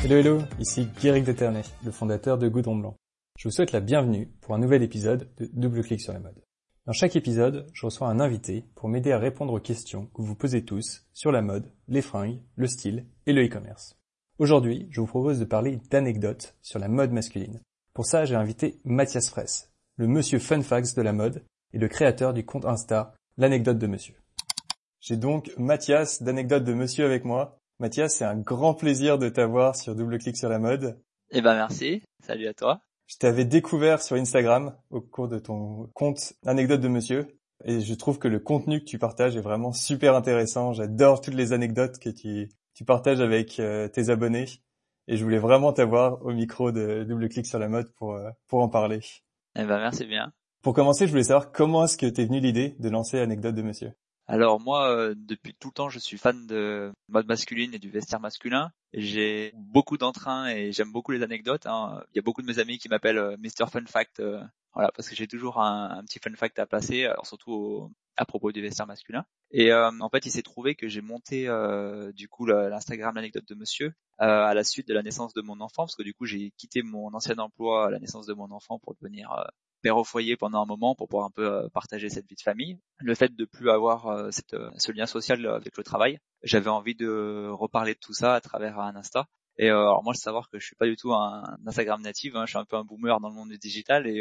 Hello, ici Guéric Deternay, le fondateur de Goudron Blanc. Je vous souhaite la bienvenue pour un nouvel épisode de Double Clic sur la mode. Dans chaque épisode, je reçois un invité pour m'aider à répondre aux questions que vous posez tous sur la mode, les fringues, le style et le e-commerce. Aujourd'hui, je vous propose de parler d'anecdotes sur la mode masculine. Pour ça, j'ai invité Mathias Fraisse, le monsieur Fun Facts de la mode et le créateur du compte Insta L'Anecdote de Monsieur. J'ai donc Mathias d'Anecdote de Monsieur avec moi. Mathias, c'est un grand plaisir de t'avoir sur Double Clic sur la mode. Eh ben merci, salut à toi. Je t'avais découvert sur Instagram au cours de ton compte Anecdote de Monsieur et je trouve que le contenu que tu partages est vraiment super intéressant. J'adore toutes les anecdotes que tu partages avec tes abonnés et je voulais vraiment t'avoir au micro de Double Clic sur la mode pour en parler. Eh ben merci bien. Pour commencer, je voulais savoir comment est-ce que t'es venu l'idée de lancer Anecdote de Monsieur. Alors moi, depuis tout le temps, je suis fan de mode masculine et du vestiaire masculin. J'ai beaucoup d'entrain et j'aime beaucoup les anecdotes. Il y a beaucoup de mes amis qui m'appellent Mr. Fun Fact, voilà, parce que j'ai toujours un petit fun fact à passer, alors surtout à propos du vestiaire masculin. Et en fait, il s'est trouvé que j'ai monté du coup l'Instagram L'Anecdote de Monsieur à la suite de la naissance de mon enfant, parce que du coup j'ai quitté mon ancien emploi à la naissance de mon enfant pour devenir père au foyer pendant un moment pour pouvoir un peu partager cette vie de famille. Le fait de plus avoir ce lien social avec le travail, j'avais envie de reparler de tout ça à travers un Insta. Et alors moi, je veux savoir que je suis pas du tout un Instagram native, je suis un peu un boomer dans le monde du digital et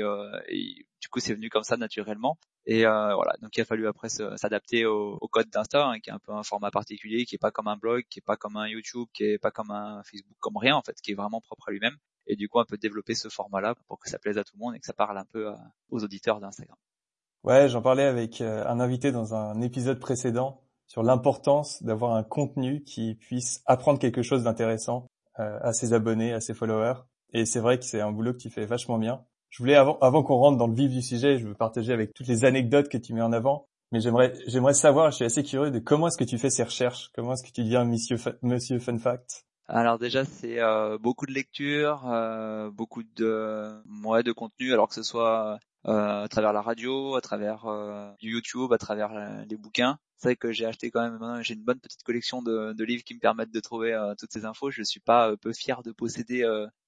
du coup c'est venu comme ça naturellement. Et voilà, donc il a fallu après s'adapter au code d'Insta, qui est un peu un format particulier, qui est pas comme un blog, qui est pas comme un YouTube, qui est pas comme un Facebook, comme rien en fait, qui est vraiment propre à lui-même. Et du coup, un peu développer ce format-là pour que ça plaise à tout le monde et que ça parle un peu aux auditeurs d'Instagram. Ouais, j'en parlais avec un invité dans un épisode précédent sur l'importance d'avoir un contenu qui puisse apprendre quelque chose d'intéressant à ses abonnés, à ses followers. Et c'est vrai que c'est un boulot que tu fais vachement bien. Je voulais, avant qu'on rentre dans le vif du sujet, je veux partager avec toutes les anecdotes que tu mets en avant. Mais j'aimerais savoir, je suis assez curieux de comment est-ce que tu fais ces recherches, comment est-ce que tu deviens monsieur Fun Fact. Alors déjà, c'est beaucoup de lecture, beaucoup de contenu, alors que ce soit à travers la radio, à travers YouTube, à travers les bouquins. C'est vrai que j'ai acheté quand même, j'ai une bonne petite collection de livres qui me permettent de trouver toutes ces infos. Je suis pas peu fier de posséder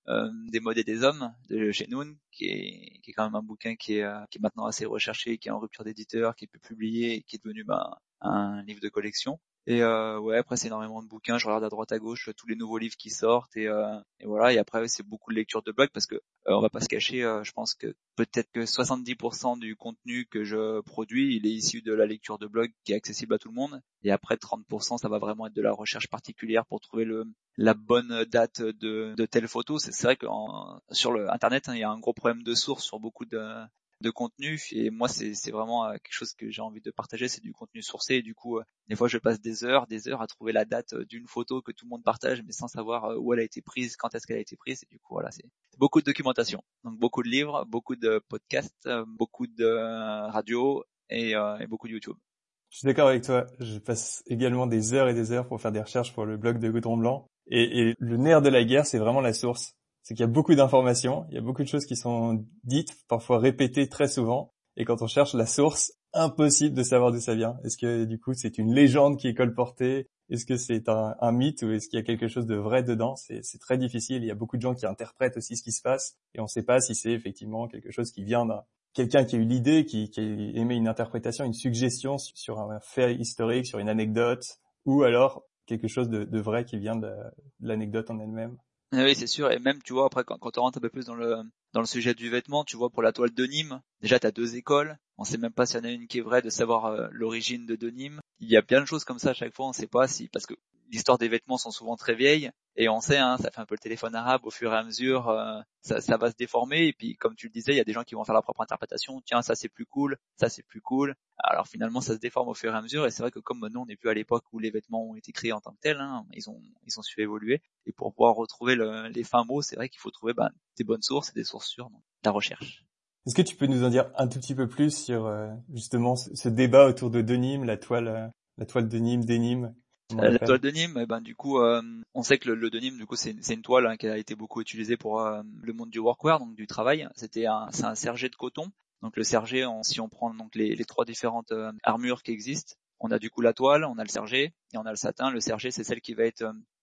des modes et des hommes de chez Noon, qui est quand même un bouquin qui est maintenant assez recherché, qui est en rupture d'éditeur, qui est plus publié, et qui est devenu un livre de collection. Et ouais, après c'est énormément de bouquins, je regarde à droite à gauche tous les nouveaux livres qui sortent et voilà. Et après c'est beaucoup de lecture de blog parce que on va pas se cacher, je pense que peut-être que 70% du contenu que je produis, il est issu de la lecture de blog qui est accessible à tout le monde. Et après 30%, ça va vraiment être de la recherche particulière pour trouver la bonne date de telle photo. C'est vrai que sur le internet, il y a un gros problème de source sur beaucoup de contenu et moi c'est vraiment quelque chose que j'ai envie de partager, c'est du contenu sourcé et du coup des fois je passe des heures à trouver la date d'une photo que tout le monde partage mais sans savoir où elle a été prise, quand est-ce qu'elle a été prise et du coup voilà, c'est beaucoup de documentation, donc beaucoup de livres, beaucoup de podcasts, beaucoup de radio et beaucoup de YouTube. Je suis d'accord avec toi. Je passe également des heures et des heures pour faire des recherches pour le blog de Goudron Blanc. Et le nerf de la guerre, c'est vraiment la source. C'est qu'il y a beaucoup d'informations, il y a beaucoup de choses qui sont dites, parfois répétées très souvent. Et quand on cherche la source, impossible de savoir d'où ça vient. Est-ce que du coup c'est une légende qui est colportée? Est-ce que c'est un mythe ou est-ce qu'il y a quelque chose de vrai dedans? C'est très difficile. Il y a beaucoup de gens qui interprètent aussi ce qui se passe et on ne sait pas si c'est effectivement quelque chose qui vient d'un quelqu'un qui a eu l'idée, qui émet une interprétation, une suggestion sur un fait historique, sur une anecdote, ou alors quelque chose de vrai qui vient de l'anecdote en elle-même. Oui, c'est sûr. Et même, tu vois, après, quand on rentre un peu plus dans le sujet du vêtement, tu vois, pour la toile de Nîmes, déjà, t'as deux écoles. On sait même pas s'il y en a une qui est vraie, de savoir l'origine de Nîmes. Il y a plein de choses comme ça à chaque fois. On sait pas si, parce que l'histoire des vêtements sont souvent très vieilles. Et on sait, ça fait un peu le téléphone arabe. Au fur et à mesure, ça va se déformer. Et puis, comme tu le disais, il y a des gens qui vont faire leur propre interprétation. Tiens, ça c'est plus cool, ça c'est plus cool. Alors finalement, ça se déforme au fur et à mesure. Et c'est vrai que comme nous, on n'est plus à l'époque où les vêtements ont été créés en tant que tels, ils ont su évoluer. Et pour pouvoir retrouver les fins mots, c'est vrai qu'il faut trouver des bonnes sources et des sources sûres, donc la recherche. Est-ce que tu peux nous en dire un tout petit peu plus sur justement ce débat autour de Nîmes, la toile de Nîmes, des Nîmes, comme on La toile l'appelle? de Nîmes, du coup, on sait que le de Nîmes, du coup, c'est une toile qui a été beaucoup utilisée pour le monde du workwear, donc du travail. C'est un sergé de coton. Donc le sergé, si on prend donc les trois différentes armures qui existent, on a du coup la toile, on a le sergé et on a le satin. Le sergé, c'est celle qui va être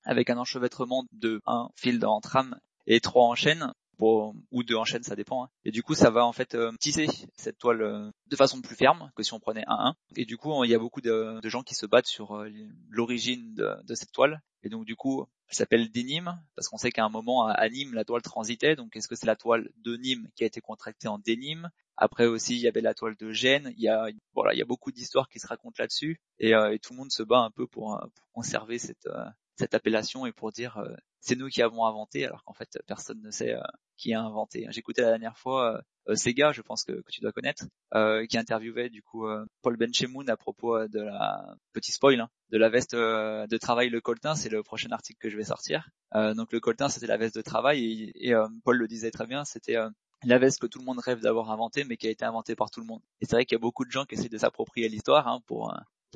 avec un enchevêtrement de un fil en trame et 3 en chaîne. Ou 2 en chaîne, ça dépend. Hein. Et du coup, ça va en fait tisser cette toile de façon plus ferme que si on prenait un. Et du coup, il y a beaucoup de gens qui se battent sur l'origine de cette toile. Et donc du coup, elle s'appelle des Nîmes parce qu'on sait qu'à un moment à Nîmes, la toile transitait. Donc est-ce que c'est la toile de Nîmes qui a été contractée en Dénîmes? Après aussi, il y avait la toile de Gênes. Il y a beaucoup d'histoires qui se racontent là-dessus. Et tout le monde se bat un peu pour conserver cette appellation et pour dire c'est nous qui avons inventé, alors qu'en fait personne ne sait qui a inventé. J'écoutais la dernière fois Sega, je pense que tu dois connaître, qui interviewait du coup Paul Benchemoun à propos de la petit spoil de la veste de travail le coltin. C'est le prochain article que je vais sortir. Donc le coltin c'était la veste de travail et Paul le disait très bien, c'était la veste que tout le monde rêve d'avoir inventée mais qui a été inventée par tout le monde. Et c'est vrai qu'il y a beaucoup de gens qui essaient de s'approprier l'histoire pour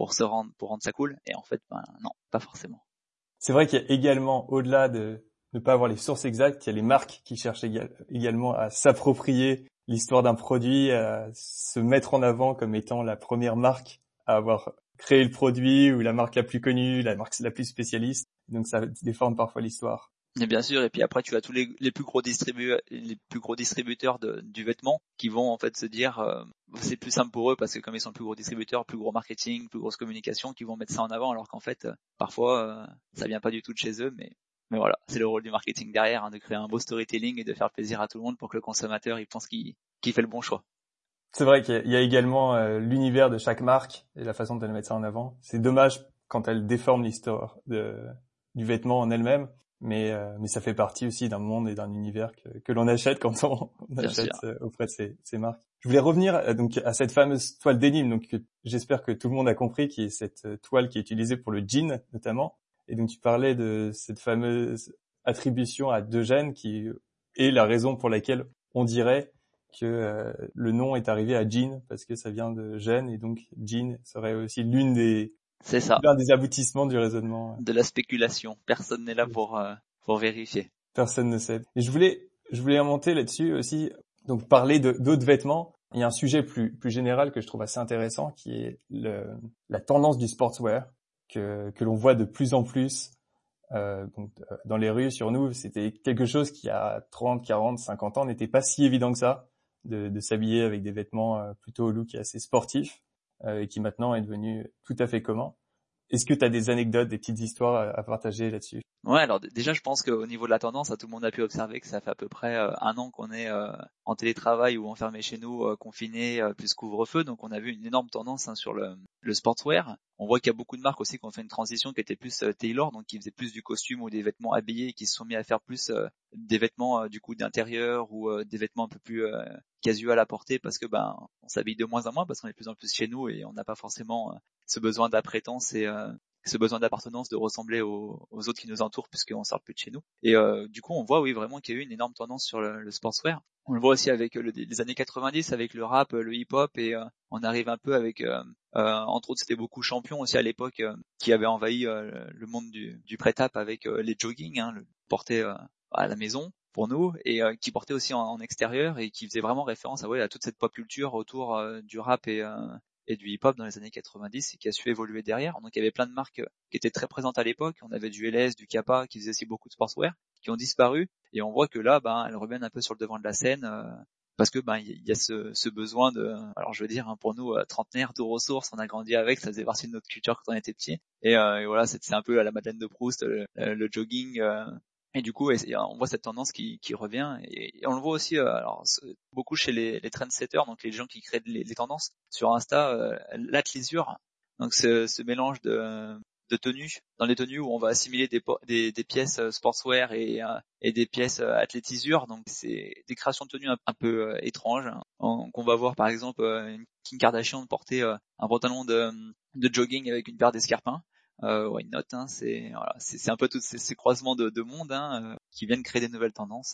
rendre ça cool et en fait non, pas forcément. C'est vrai qu'il y a également, au-delà de ne pas avoir les sources exactes, il y a les marques qui cherchent également à s'approprier l'histoire d'un produit, à se mettre en avant comme étant la première marque à avoir créé le produit ou la marque la plus connue, la marque la plus spécialiste. Donc ça déforme parfois l'histoire. Et bien sûr, et puis après tu as tous les plus gros distributeurs du vêtement qui vont en fait se dire c'est plus simple pour eux parce que comme ils sont le plus gros distributeurs, plus gros marketing, plus grosse communication, qui vont mettre ça en avant alors qu'en fait parfois ça vient pas du tout de chez eux, mais voilà, c'est le rôle du marketing derrière, de créer un beau storytelling et de faire plaisir à tout le monde pour que le consommateur il pense qu'il fait le bon choix. C'est vrai qu'il y a également l'univers de chaque marque et la façon de mettre ça en avant. C'est dommage quand elle déforme l'histoire du vêtement en elle-même. Mais ça fait partie aussi d'un monde et d'un univers que l'on achète quand on achète auprès de ces marques. Je voulais revenir donc à cette fameuse toile Denim, donc j'espère que tout le monde a compris, qui est cette toile qui est utilisée pour le jean notamment. Et donc tu parlais de cette fameuse attribution à Diogène qui est la raison pour laquelle on dirait que le nom est arrivé à jean parce que ça vient de Gênes et donc jean serait aussi c'est ça. L'un des aboutissements du raisonnement. De la spéculation. Personne n'est là pour vérifier. Personne ne sait. Et je voulais remonter là-dessus aussi. Donc, parler d'autres vêtements. Il y a un sujet plus général que je trouve assez intéressant qui est la tendance du sportswear que l'on voit de plus en plus, dans les rues sur nous. C'était quelque chose qui, à 30, 40, 50 ans, n'était pas si évident que ça de s'habiller avec des vêtements plutôt au look assez sportif, et qui maintenant est devenu tout à fait commun. Est-ce que tu as des anecdotes, des petites histoires à partager là-dessus? Ouais, alors déjà je pense qu'au niveau de la tendance, tout le monde a pu observer que ça fait à peu près un an qu'on est en télétravail ou enfermé chez nous, confiné, plus couvre-feu, donc on a vu une énorme tendance sur le sportswear. On voit qu'il y a beaucoup de marques aussi qui ont fait une transition qui était plus tailor, donc qui faisaient plus du costume ou des vêtements habillés, et qui se sont mis à faire plus des vêtements du coup d'intérieur ou des vêtements un peu plus casual à porter parce que on s'habille de moins en moins parce qu'on est de plus en plus chez nous et on n'a pas forcément ce besoin d'apprêtance et ce besoin d'appartenance, de ressembler aux autres qui nous entourent puisqu'on sort plus de chez nous. Et du coup, on voit oui vraiment qu'il y a eu une énorme tendance sur le sportswear. On le voit aussi avec les années 90, avec le rap, le hip-hop, et on arrive un peu avec, entre autres, c'était beaucoup Champion aussi à l'époque, qui avait envahi le monde du prêt-à-porter avec les jogging, le porté à la maison pour nous, et qui portait aussi en extérieur et qui faisait vraiment référence à toute cette pop culture autour du rap et du hip-hop dans les années 90 et qui a su évoluer derrière. Donc il y avait plein de marques qui étaient très présentes à l'époque. On avait du LS, du Kappa qui faisaient aussi beaucoup de sportswear, qui ont disparu. Et on voit que là, elles reviennent un peu sur le devant de la scène parce que il y a ce besoin de, alors je veux dire, pour nous trentenaires de ressources, on a grandi avec, ça faisait partie de notre culture quand on était petit. Et voilà, c'est un peu à la Madeleine de Proust, le jogging. Et du coup, on voit cette tendance qui revient, et on le voit aussi beaucoup chez les trendsetters, donc les gens qui créent les tendances sur Insta, l'athléisure, donc ce mélange de tenues, dans les tenues où on va assimiler des pièces sportswear et des pièces athlétisure, donc c'est des créations de tenues un peu étranges, qu'on va voir par exemple une Kim Kardashian porter un pantalon de jogging avec une paire d'escarpins. Why not, c'est un peu tous ces croisements de monde qui viennent créer des nouvelles tendances.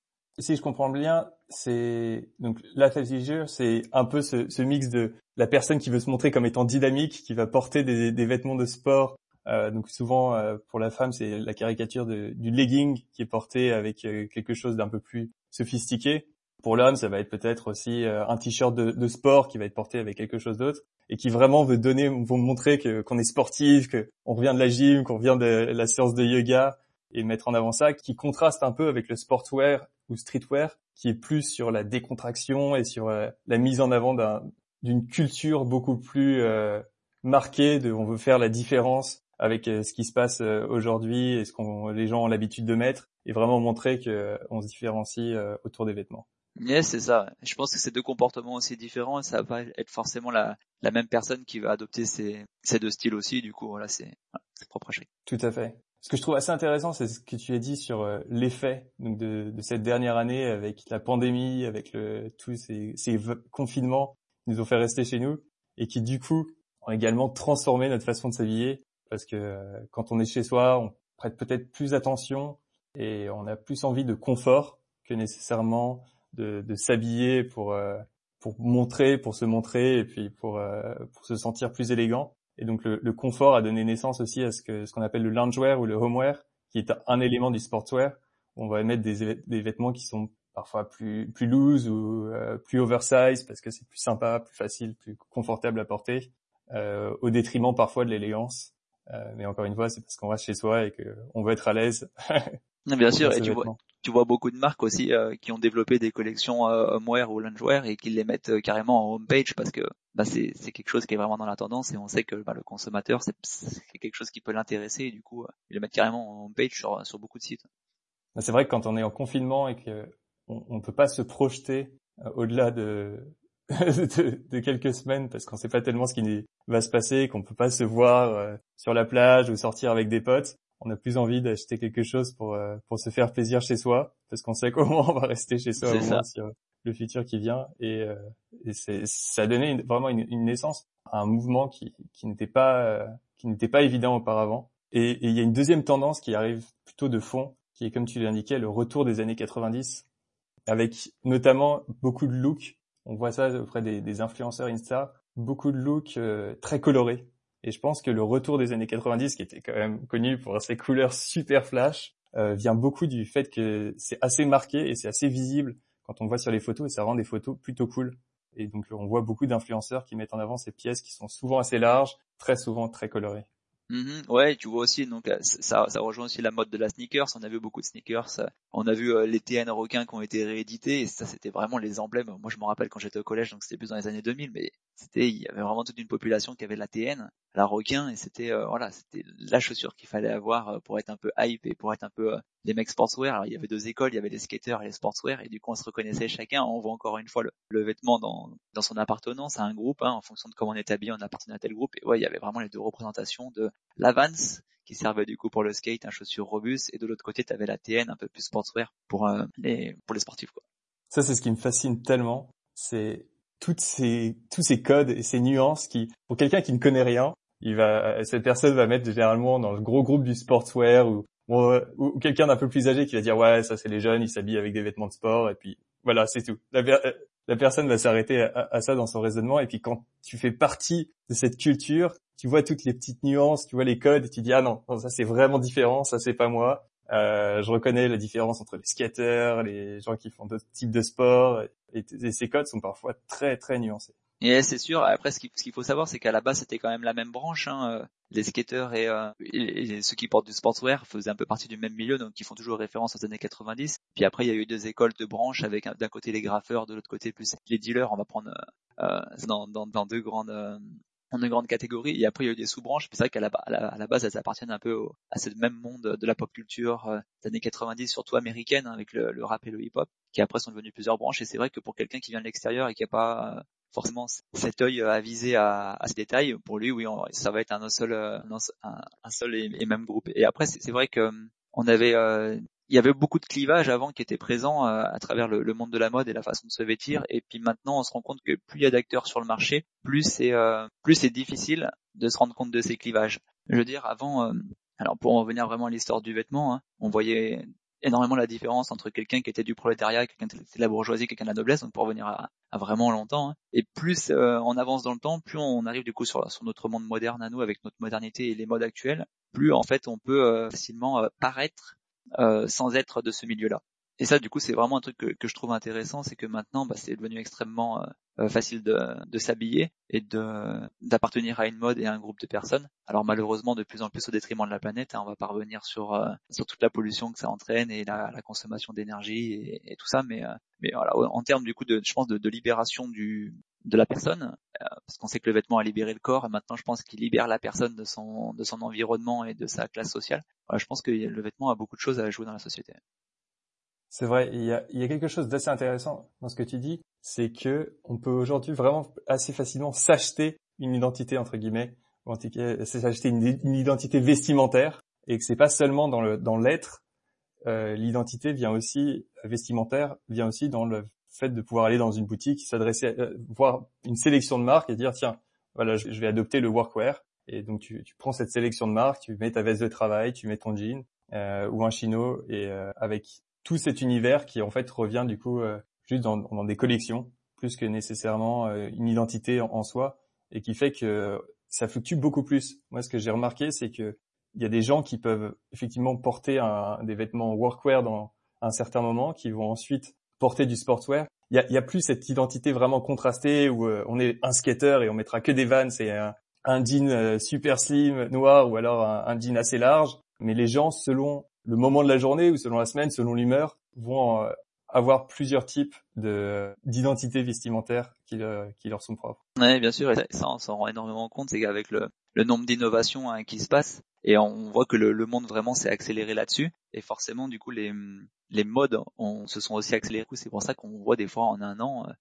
Si je comprends bien, c'est donc l'athlétisure, c'est un peu ce mix de la personne qui veut se montrer comme étant dynamique, qui va porter des vêtements de sport. Donc souvent pour la femme, c'est la caricature du legging qui est porté avec quelque chose d'un peu plus sophistiqué. Pour l'homme, ça va être peut-être aussi un t-shirt de sport qui va être porté avec quelque chose d'autre et qui vraiment veut montrer qu'on est sportif, qu'on revient de la gym, qu'on revient de la séance de yoga et mettre en avant ça, qui contraste un peu avec le sportswear ou streetwear qui est plus sur la décontraction et sur la mise en avant d'une culture beaucoup plus marquée on veut faire la différence avec ce qui se passe aujourd'hui et les gens ont l'habitude de mettre et vraiment montrer qu'on se différencie autour des vêtements. Yes, c'est ça. Je pense que c'est deux comportements aussi différents et ça va pas être forcément la même personne qui va adopter ces deux styles aussi. Du coup, voilà, c'est propre à chacun. Tout à fait. Ce que je trouve assez intéressant, c'est ce que tu as dit sur l'effet donc de cette dernière année avec la pandémie, avec tous ces confinements qui nous ont fait rester chez nous et qui du coup ont également transformé notre façon de s'habiller parce que quand on est chez soi, on prête peut-être plus attention et on a plus envie de confort que nécessairement de s'habiller pour se montrer et puis pour se sentir plus élégant. Et donc le confort a donné naissance aussi à ce qu'on appelle le loungewear ou le homeware, qui est un élément du sportswear. Où on va mettre des vêtements qui sont parfois plus loose ou plus oversize parce que c'est plus sympa, plus facile, plus confortable à porter, au détriment parfois de l'élégance. Mais encore une fois, c'est parce qu'on reste chez soi et qu'on veut être à l'aise. Non, bien Dans sûr, et ces vêtements. tu vois beaucoup de marques aussi qui ont développé des collections homeware ou loungewear et qui les mettent carrément en homepage parce que c'est quelque chose qui est vraiment dans la tendance et on sait que le consommateur c'est quelque chose qui peut l'intéresser et du coup ils le mettent carrément en homepage sur beaucoup de sites. C'est vrai que quand on est en confinement et que on peut pas se projeter au-delà de quelques semaines parce qu'on sait pas tellement ce qui va se passer, qu'on peut pas se voir sur la plage ou sortir avec des potes, on a plus envie d'acheter quelque chose pour se faire plaisir chez soi parce qu'on sait qu'au moins on va rester chez soi C'est au moins ça. sur le futur qui vient et ça a donné vraiment une naissance à un mouvement qui n'était pas évident auparavant et il y a une deuxième tendance qui arrive plutôt de fond qui est comme tu l'indiquais le retour des années 90 avec notamment beaucoup de looks. On voit ça auprès des influenceurs Insta, beaucoup de looks très colorés. Et je pense que le retour des années 90, qui était quand même connu pour ses couleurs super flash, vient beaucoup du fait que c'est assez marqué et c'est assez visible quand on voit sur les photos et ça rend des photos plutôt cool. Et donc on voit beaucoup d'influenceurs qui mettent en avant ces pièces qui sont souvent assez larges, très souvent très colorées. Ouais, tu vois aussi, donc ça rejoint aussi la mode de la sneakers. On a vu beaucoup de sneakers. On a vu les TN requins qui ont été réédités et ça c'était vraiment les emblèmes. Moi je me rappelle quand j'étais au collège, donc c'était plus dans les années 2000, mais il y avait vraiment toute une population qui avait la TN, la requin et c'était voilà, c'était la chaussure qu'il fallait avoir pour être un peu hype et pour être un peu les mecs sportswear. Alors il y avait deux écoles, il y avait les skaters et les sportswear et du coup on se reconnaissait chacun. On voit encore une fois le vêtement dans son appartenance à un groupe, en fonction de comment on est habillé, on appartenait à tel groupe. Et ouais, il y avait vraiment les deux représentations de la Vans qui servait du coup pour le skate, un chaussure robuste, et de l'autre côté, tu avais la TN un peu plus sportswear pour les sportifs quoi. Ça, c'est ce qui me fascine tellement, c'est tous ces codes et ces nuances qui, pour quelqu'un qui ne connaît rien, cette personne va mettre généralement dans le gros groupe du sportswear ou quelqu'un d'un peu plus âgé qui va dire ouais, ça c'est les jeunes, ils s'habillent avec des vêtements de sport et puis voilà, c'est tout. La personne va s'arrêter à ça dans son raisonnement et puis quand tu fais partie de cette culture, tu vois toutes les petites nuances, tu vois les codes et tu dis ah non, ça c'est vraiment différent, ça c'est pas moi. Je reconnais la différence entre les skateurs, les gens qui font d'autres types de sports, et ces codes sont parfois très très nuancés. Et c'est sûr. Après, ce qu'il faut savoir, c'est qu'à la base, c'était quand même la même branche. Les skateurs et ceux qui portent du sportswear faisaient un peu partie du même milieu, donc ils font toujours référence aux années 90. Puis après, il y a eu deux écoles de branches avec d'un côté les graffeurs, de l'autre côté plus les dealers. On va prendre dans deux grandes catégories. Et après, il y a eu des sous-branches. Puis c'est vrai à la base, elles appartiennent un peu à ce même monde de la pop culture des années 90, surtout américaine, avec le rap et le hip-hop, qui après sont devenus plusieurs branches. Et c'est vrai que pour quelqu'un qui vient de l'extérieur et qui a pas forcément cet œil avisé à ces détails, pour lui, oui, ça va être un seul et même groupe. Et après, c'est vrai que on avait il y avait beaucoup de clivages avant qui étaient présents à travers le monde de la mode et la façon de se vêtir. Et puis maintenant, on se rend compte que plus il y a d'acteurs sur le marché, plus c'est difficile de se rendre compte de ces clivages. Je veux dire, avant, alors pour en revenir vraiment à l'histoire du vêtement, on voyait énormément la différence entre quelqu'un qui était du prolétariat, quelqu'un qui était de la bourgeoisie, quelqu'un de la noblesse, donc pour revenir à vraiment longtemps. Et plus on avance dans le temps, plus on arrive du coup sur notre monde moderne à nous, avec notre modernité et les modes actuels, plus en fait on peut facilement paraître sans être de ce milieu-là. Et ça, du coup, c'est vraiment un truc que je trouve intéressant, c'est que maintenant, c'est devenu extrêmement facile de s'habiller et d'appartenir à une mode et à un groupe de personnes. Alors malheureusement, de plus en plus au détriment de la planète, hein, on va pas revenir sur toute la pollution que ça entraîne et la consommation d'énergie et tout ça, mais voilà, en termes du coup je pense de libération de la personne, parce qu'on sait que le vêtement a libéré le corps, et maintenant je pense qu'il libère la personne de son environnement et de sa classe sociale. Voilà, je pense que le vêtement a beaucoup de choses à jouer dans la société. C'est vrai, il y a quelque chose d'assez intéressant dans ce que tu dis, c'est que on peut aujourd'hui vraiment assez facilement s'acheter une identité entre guillemets, ou en tout cas s'acheter une identité vestimentaire, et que c'est pas seulement dans l'être. L'identité vient aussi vestimentaire, vient aussi dans le fait de pouvoir aller dans une boutique, s'adresser, voir une sélection de marques et dire tiens, voilà, je vais adopter le workwear. Et donc tu prends cette sélection de marques, tu mets ta veste de travail, tu mets ton jean ou un chino, et avec tout cet univers qui en fait revient du coup juste dans des collections plus que nécessairement une identité en soi, et qui fait que ça fluctue beaucoup plus. Moi, ce que j'ai remarqué, c'est que il y a des gens qui peuvent effectivement porter des vêtements workwear dans un certain moment, qui vont ensuite porter du sportswear. Il y a plus cette identité vraiment contrastée où on est un skater et on mettra que des Vans et un jean super slim noir, ou alors un jean assez large. Mais les gens, selon le moment de la journée ou selon la semaine, selon l'humeur, vont avoir plusieurs types d'identités vestimentaires qui leur sont propres. Ouais, bien sûr, et ça on s'en rend énormément compte, c'est qu'avec le nombre d'innovations qui se passent, et on voit que le monde vraiment s'est accéléré là-dessus, et forcément du coup les modes se sont aussi accélérés. C'est pour ça qu'on voit des fois en un an,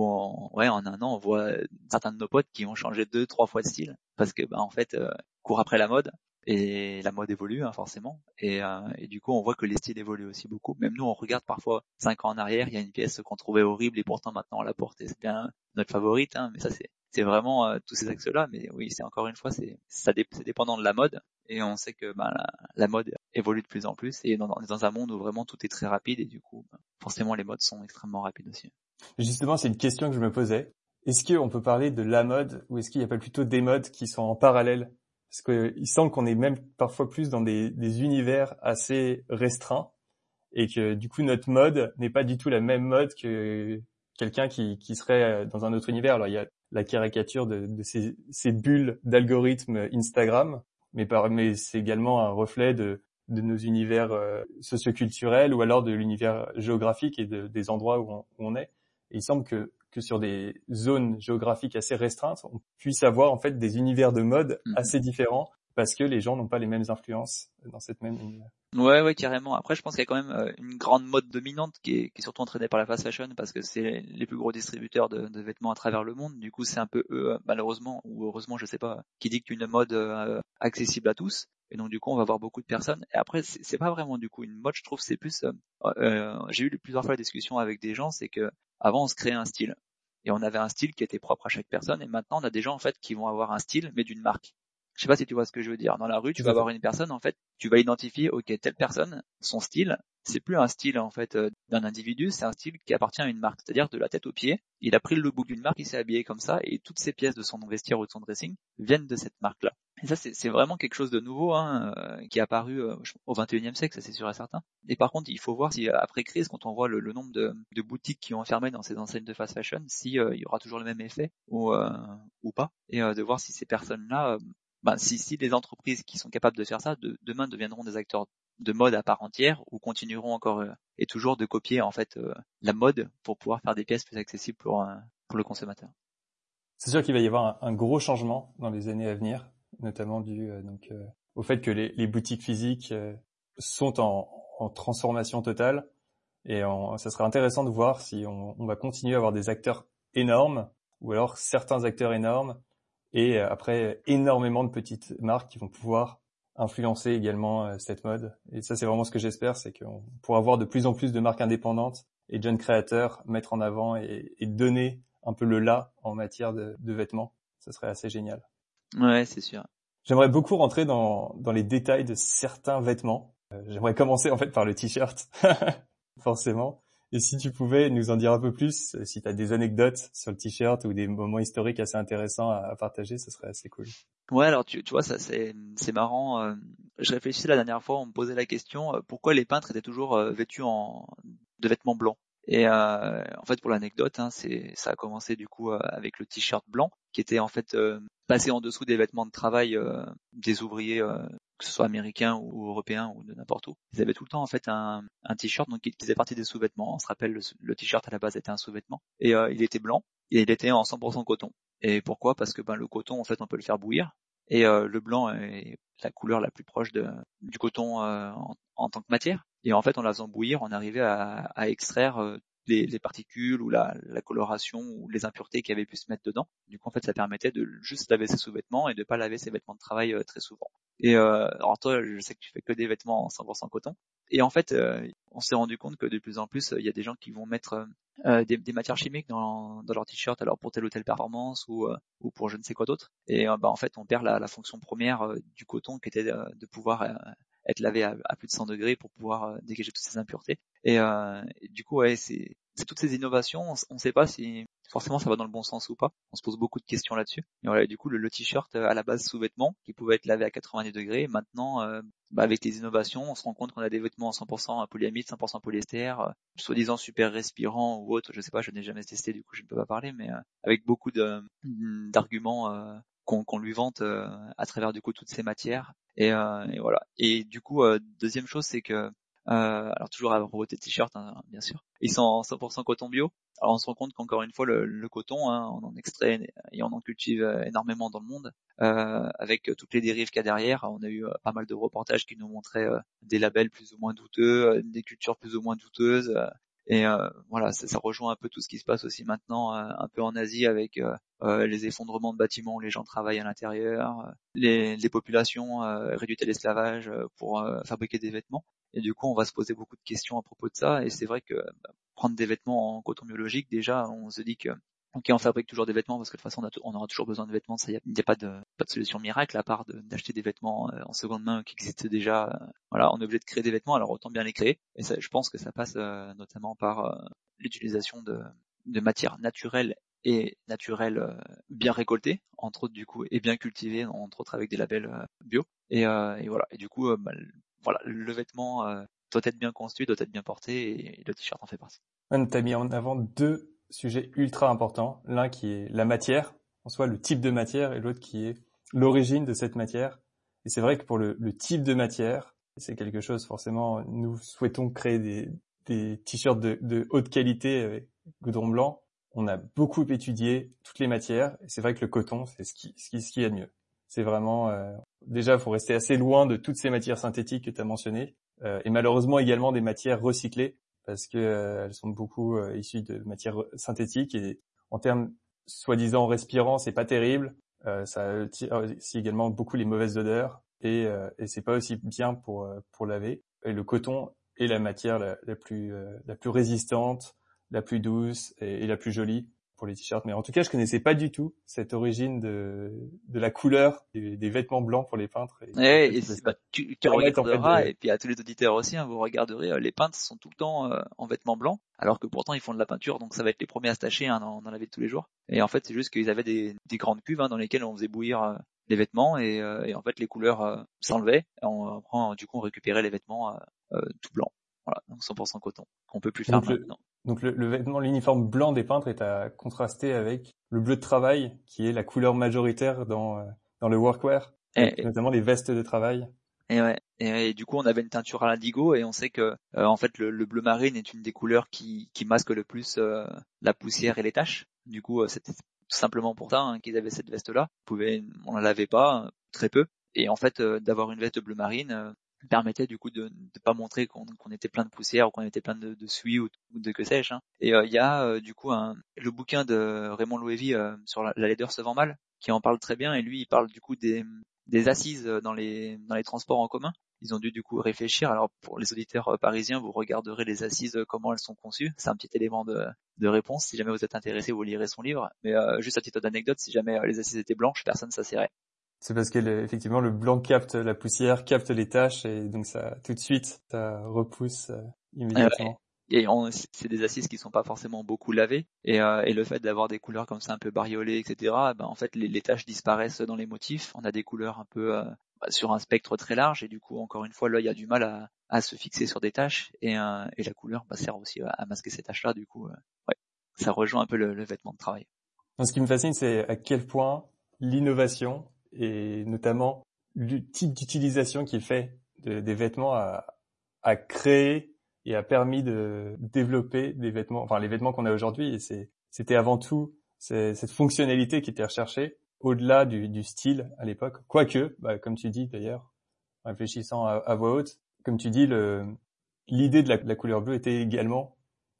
en un an on voit certains de nos potes qui ont changé 2-3 fois de style, parce que en fait court après la mode. Et la mode évolue forcément, et du coup on voit que les styles évoluent aussi beaucoup. Même nous on regarde parfois 5 ans en arrière, il y a une pièce qu'on trouvait horrible et pourtant maintenant on la porte et c'est bien notre favorite, mais ça c'est vraiment tous ces axes-là. Mais oui, c'est encore une fois c'est dépendant de la mode, et on sait que la mode évolue de plus en plus, et on est dans un monde où vraiment tout est très rapide, et du coup forcément les modes sont extrêmement rapides aussi. Justement, c'est une question que je me posais. Est-ce qu'on peut parler de la mode, ou est-ce qu'il n'y a pas plutôt des modes qui sont en parallèle? Parce qu'il semble qu'on est même parfois plus dans des univers assez restreints, et que du coup notre mode n'est pas du tout la même mode que quelqu'un qui serait dans un autre univers. Alors il y a la caricature de ces bulles d'algorithmes Instagram, mais c'est également un reflet de nos univers socioculturels, ou alors de l'univers géographique et des endroits où on est. Et il semble que sur des zones géographiques assez restreintes, on puisse avoir en fait des univers de mode assez différents, parce que les gens n'ont pas les mêmes influences dans cette même univers. Ouais, carrément. Après, je pense qu'il y a quand même une grande mode dominante qui est surtout entraînée par la fast fashion, parce que c'est les plus gros distributeurs de vêtements à travers le monde. Du coup, c'est un peu eux, malheureusement ou heureusement, je sais pas, qui dictent une mode accessible à tous. Et donc, du coup, on va avoir beaucoup de personnes. Et après, c'est pas vraiment du coup une mode. Je trouve c'est plus. J'ai eu plusieurs fois la discussion avec des gens, c'est que avant, on se créait un style. Et on avait un style qui était propre à chaque personne. Et maintenant, on a des gens en fait qui vont avoir un style, mais d'une marque. Je sais pas si tu vois ce que je veux dire. Dans la rue, tu vas avoir une personne, en fait, tu vas identifier, ok, telle personne, son style, c'est plus un style, en fait, d'un individu, c'est un style qui appartient à une marque. C'est-à-dire, de la tête aux pieds, il a pris le look d'une marque, il s'est habillé comme ça, et toutes ces pièces de son vestiaire ou de son dressing viennent de cette marque-là. Et ça, c'est vraiment quelque chose de nouveau, qui est apparu au 21e siècle, ça c'est sûr et certain. Et par contre, il faut voir si, après crise, quand on voit le nombre de boutiques qui ont fermé dans ces enseignes de fast fashion, si il y aura toujours le même effet ou pas, et de voir si ces personnes-là si les entreprises qui sont capables de faire ça, demain deviendront des acteurs de mode à part entière, ou continueront encore et toujours de copier en fait la mode pour pouvoir faire des pièces plus accessibles pour le consommateur. C'est sûr qu'il va y avoir un gros changement dans les années à venir, notamment dû au fait que les boutiques physiques sont en transformation totale, et ça serait intéressant de voir si on va continuer à avoir des acteurs énormes, ou alors certains acteurs énormes, et après énormément de petites marques qui vont pouvoir influencer également cette mode. Et ça, c'est vraiment ce que j'espère, c'est qu'on pourra avoir de plus en plus de marques indépendantes et de jeunes créateurs mettre en avant et donner un peu le là en matière de vêtements. Ça serait assez génial. Ouais, c'est sûr. J'aimerais beaucoup rentrer dans les détails de certains vêtements. J'aimerais commencer en fait par le t-shirt, forcément. Et si tu pouvais nous en dire un peu plus, si tu as des anecdotes sur le t-shirt ou des moments historiques assez intéressants à partager, ce serait assez cool. Ouais, alors tu vois, ça c'est Je réfléchissais la dernière fois, on me posait la question pourquoi les peintres étaient toujours vêtus de vêtements blancs. Et en fait, pour l'anecdote, hein, ça a commencé du coup avec le t-shirt blanc, qui était en fait passé en dessous des vêtements de travail des ouvriers, que ce soit américains ou européens ou de n'importe où. Ils avaient tout le temps en fait un t-shirt donc qui faisait partie des sous-vêtements. On se rappelle, le t-shirt à la base était un sous-vêtement et il était blanc et il était en 100% coton. Et pourquoi? Parce que le coton en fait on peut le faire bouillir et le blanc est la couleur la plus proche du coton en tant que matière. Et en fait, en la faisant bouillir, on arrivait à extraire les particules ou la coloration ou les impuretés qui avaient pu se mettre dedans. Du coup, en fait, ça permettait de juste laver ses sous-vêtements et de pas laver ses vêtements de travail très souvent. Et alors toi, je sais que tu fais que des vêtements en 100% coton. Et en fait, on s'est rendu compte que de plus en plus, il y a des gens qui vont mettre des matières chimiques dans leur t-shirt, alors pour telle ou telle performance ou pour je ne sais quoi d'autre. Et en fait, on perd la fonction première du coton qui était de pouvoir être lavé à plus de 100 degrés pour pouvoir dégager toutes ces impuretés. Et du coup, ouais, c'est toutes ces innovations. On ne sait pas si forcément ça va dans le bon sens ou pas. On se pose beaucoup de questions là-dessus. Et voilà, du coup, le t-shirt à la base sous-vêtement qui pouvait être lavé à 90 degrés, maintenant, avec les innovations, on se rend compte qu'on a des vêtements à 100% polyamide, 100% polyester, soi-disant super respirants ou autre. Je sais pas, je n'ai jamais testé, du coup, je ne peux pas parler, mais avec beaucoup d'arguments qu'on lui vante à travers du coup toutes ces matières. Et voilà. Et du coup, deuxième chose, c'est que alors toujours à propos des t-shirts, hein, bien sûr, ils sont en 100% coton bio. Alors on se rend compte qu'encore une fois, le coton, hein, on en extrait et on en cultive énormément dans le monde. Avec toutes les dérives qu'il y a derrière, on a eu pas mal de reportages qui nous montraient des labels plus ou moins douteux, des cultures plus ou moins douteuses. Et voilà, ça rejoint un peu tout ce qui se passe aussi maintenant un peu en Asie avec les effondrements de bâtiments où les gens travaillent à l'intérieur, les populations réduites à l'esclavage pour fabriquer des vêtements. Et du coup, on va se poser beaucoup de questions à propos de ça. Et c'est vrai que prendre des vêtements en coton biologique, déjà, on se dit que ok, on fabrique toujours des vêtements parce que de toute façon, on aura toujours besoin de vêtements. Il n'y a pas de solution miracle à part d'acheter des vêtements en seconde main qui existent déjà. Voilà, on est obligé de créer des vêtements, alors autant bien les créer. Et ça, je pense que ça passe notamment par l'utilisation de matières naturelles et naturelles bien récoltées, entre autres du coup, et bien cultivées, entre autres avec des labels bio. Et voilà. Et du coup, voilà, le vêtement doit être bien construit, doit être bien porté, et le t-shirt en fait partie. Tu as mis en avant deux sujets ultra importants. L'un qui est la matière, en soi le type de matière, et l'autre qui est l'origine de cette matière. Et c'est vrai que pour le type de matière, c'est quelque chose forcément, nous souhaitons créer des t-shirts de haute qualité avec goudron blanc. On a beaucoup étudié toutes les matières, et c'est vrai que le coton, c'est ce qui y a de mieux. C'est vraiment, déjà, il faut rester assez loin de toutes ces matières synthétiques que tu as mentionnées, et malheureusement également des matières recyclées, parce que elles sont beaucoup issues de matières synthétiques, et en termes soi-disant respirants, c'est pas terrible. Ça attire aussi également beaucoup les mauvaises odeurs, et c'est pas aussi bien pour laver. Et le coton est la matière la plus résistante, la plus douce et la plus jolie pour les t-shirts. Mais en tout cas, je connaissais pas du tout cette origine de la couleur des vêtements blancs pour les peintres. Ouais, et tu permettent en fait regarderas, et puis à tous les auditeurs aussi, hein, vous regarderez, les peintres sont tout le temps en vêtements blancs, alors que pourtant ils font de la peinture, donc ça va être les premiers à se tâcher hein, dans la vie de tous les jours. Et en fait, c'est juste qu'ils avaient des grandes cuves hein, dans lesquelles on faisait bouillir les vêtements, et en fait les couleurs s'enlevaient, et du coup on récupérait les vêtements tout blancs. Voilà, donc 100% coton, qu'on peut plus faire maintenant. Donc le vêtement, l'uniforme blanc des peintres est à contraster avec le bleu de travail, qui est la couleur majoritaire dans le workwear, avec notamment les vestes de travail. Et ouais. Et du coup, on avait une teinture à l'indigo, et on sait que en fait le bleu marine est une des couleurs qui masque le plus la poussière et les taches. Du coup, c'était tout simplement pour ça hein, qu'ils avaient cette veste-là. On la lavait pas, très peu. Et en fait, d'avoir une veste bleu marine permettait du coup de pas montrer qu'on était plein de poussière ou qu'on était plein de suie ou de que sais-je. Hein. Et il y a du coup le bouquin de Raymond Loewy sur la laideur se vend mal, qui en parle très bien, et lui il parle du coup des assises dans les transports en commun. Ils ont dû du coup réfléchir. Alors pour les auditeurs parisiens, vous regarderez les assises, comment elles sont conçues. C'est un petit élément de réponse. Si jamais vous êtes intéressé, vous lirez son livre. Mais juste à titre d'anecdote, si jamais les assises étaient blanches, personne ne s'asserait. C'est parce que effectivement le blanc capte la poussière, capte les taches, et donc ça tout de suite ça repousse immédiatement. Et c'est des assises qui sont pas forcément beaucoup lavées, et le fait d'avoir des couleurs comme ça un peu bariolées, etc. Ben en fait les taches disparaissent dans les motifs. On a des couleurs un peu sur un spectre très large, et du coup encore une fois l'œil a du mal à se fixer sur des tâches, et la couleur sert aussi à masquer ces tâches-là. Du coup, ouais, ça rejoint un peu le vêtement de travail. Ce qui me fascine, c'est à quel point l'innovation et notamment le type d'utilisation qui est fait des vêtements a créé et a permis de développer des vêtements, enfin les vêtements qu'on a aujourd'hui. Et c'était avant tout cette fonctionnalité qui était recherchée au-delà du style à l'époque. Quoique, comme tu dis d'ailleurs, en réfléchissant à voix haute, comme tu dis, l'idée de la couleur bleue était également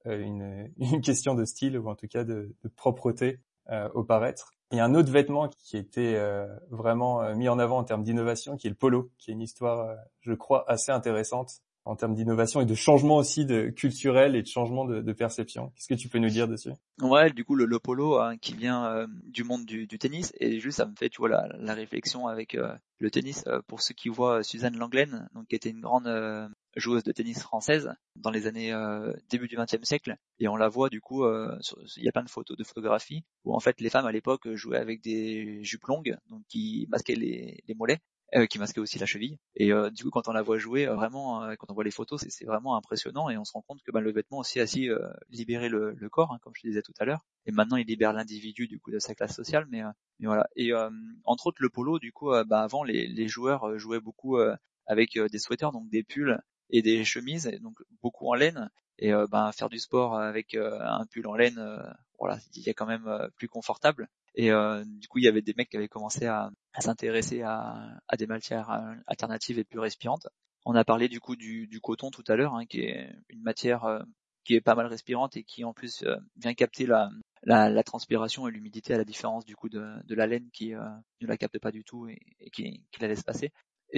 une question de style, ou en tout cas de propreté au paraître. Il y a un autre vêtement qui était vraiment mis en avant en termes d'innovation, qui est le polo, qui est une histoire, je crois, assez intéressante en termes d'innovation et de changement aussi de culturel et de changement de perception. Qu'est-ce que tu peux nous dire dessus? Ouais, du coup le polo, hein, qui vient du monde du tennis, et juste ça me fait, tu vois, la réflexion avec le tennis. Pour ceux qui voient Suzanne Lenglen, donc qui était une grande joueuse de tennis française dans les années début du XXe siècle, et on la voit du coup, il y a plein de photos, de photographies où en fait les femmes à l'époque jouaient avec des jupes longues, donc qui masquaient les mollets, qui masquait aussi la cheville. Et du coup, quand on la voit jouer, vraiment, quand on voit les photos, c'est vraiment impressionnant, et on se rend compte que le vêtement aussi a si libéré le corps, hein, comme je te disais tout à l'heure. Et maintenant, il libère l'individu du coup de sa classe sociale, mais voilà. Et entre autres, le polo, du coup, avant, les joueurs jouaient beaucoup avec des sweaters, donc des pulls et des chemises, et donc beaucoup en laine. Et faire du sport avec un pull en laine, voilà, il y a quand même plus confortable. Et du coup, il y avait des mecs qui avaient commencé à s'intéresser à des matières alternatives et plus respirantes. On a parlé du coup du coton tout à l'heure, hein, qui est une matière qui est pas mal respirante et qui en plus vient capter la transpiration et l'humidité, à la différence du coup de la laine qui ne la capte pas du tout et qui la laisse passer.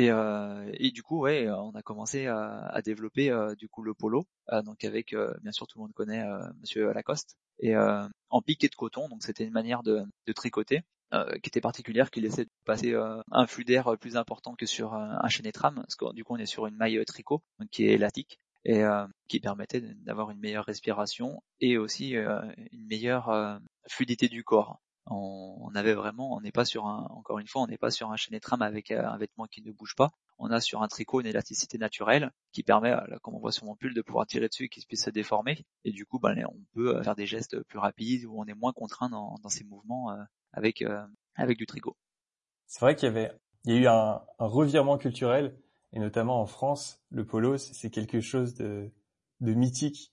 Et du coup, ouais, on a commencé à développer du coup le polo, donc avec bien sûr tout le monde connaît Monsieur Lacoste, et en piqué de coton, donc c'était une manière de tricoter qui était particulière, qui laissait passer un flux d'air plus important que sur un chaîné tram, parce que du coup on est sur une maille tricot, donc qui est élastique, et qui permettait d'avoir une meilleure respiration et aussi une meilleure fluidité du corps. On avait vraiment, on n'est pas sur encore une fois, on n'est pas sur un chaîné tram avec un vêtement qui ne bouge pas. On a sur un tricot une élasticité naturelle qui permet, là, comme on voit sur mon pull, de pouvoir tirer dessus et qu'il puisse se déformer. Et du coup, on peut faire des gestes plus rapides, où on est moins contraint dans ses mouvements avec du tricot. C'est vrai il y a eu un revirement culturel, et notamment en France, le polo, c'est quelque chose de mythique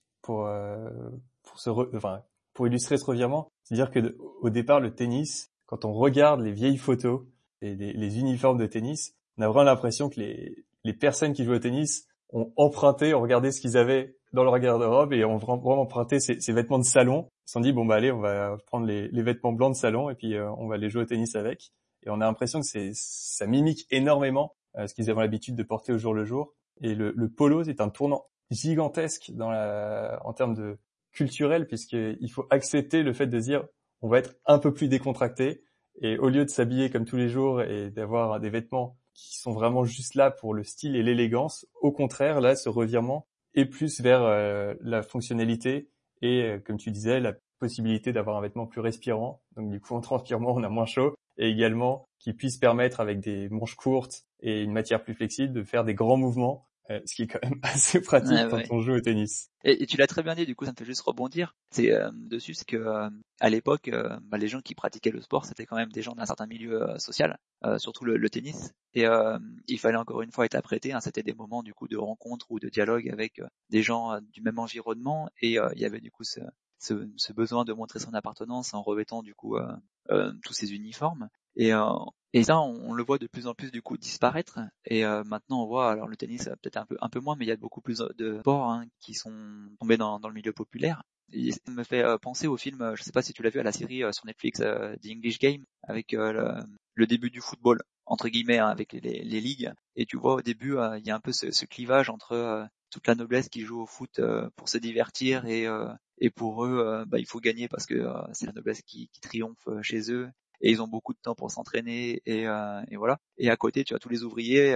enfin, pour illustrer ce revirement. C'est-à-dire que au départ, le tennis, quand on regarde les vieilles photos et les uniformes de tennis, on a vraiment l'impression que les personnes qui jouent au tennis ont emprunté, ont regardé ce qu'ils avaient dans leur garde-robe et ont vraiment emprunté ces vêtements de salon. Ils se sont dit, bon, allez, on va prendre les vêtements blancs de salon et puis on va aller jouer au tennis avec. Et on a l'impression que ça mimique énormément ce qu'ils avaient l'habitude de porter au jour le jour. Et le polo, c'est un tournant gigantesque en termes de culturel, puisqu'il faut accepter le fait de dire, on va être un peu plus décontracté, et au lieu de s'habiller comme tous les jours et d'avoir des vêtements qui sont vraiment juste là pour le style et l'élégance, au contraire, là, ce revirement est plus vers la fonctionnalité et, comme tu disais, la possibilité d'avoir un vêtement plus respirant. Donc du coup, en transpirant, on a moins chaud, et également qui puisse permettre, avec des manches courtes et une matière plus flexible, de faire des grands mouvements, ce qui est quand même assez pratique Ouais, quand ouais. on joue au tennis. Et tu l'as très bien dit, du coup ça me fait juste rebondir. C'est dessus, c'est que à l'époque, les gens qui pratiquaient le sport, c'était quand même des gens d'un certain milieu social, surtout le tennis. Et il fallait encore une fois être apprêté, hein, c'était des moments du coup de rencontre ou de dialogue avec des gens du même environnement, et il y avait du coup ce besoin de montrer son appartenance en revêtant du coup tous ces uniformes. Et ça, on le voit de plus en plus du coup disparaître. Et maintenant, on voit, alors le tennis peut-être un peu moins, mais il y a beaucoup plus de sports, hein, qui sont tombés dans le milieu populaire. Et ça me fait penser au film, je sais pas si tu l'as vu, à la série sur Netflix, The English Game, avec le début du football, entre guillemets, hein, avec les ligues. Et tu vois, au début, il y a un peu ce clivage entre toute la noblesse qui joue au foot pour se divertir, et pour eux, il faut gagner parce que c'est la noblesse qui triomphe chez eux, et ils ont beaucoup de temps pour s'entraîner, et voilà. Et à côté, tu as tous les ouvriers,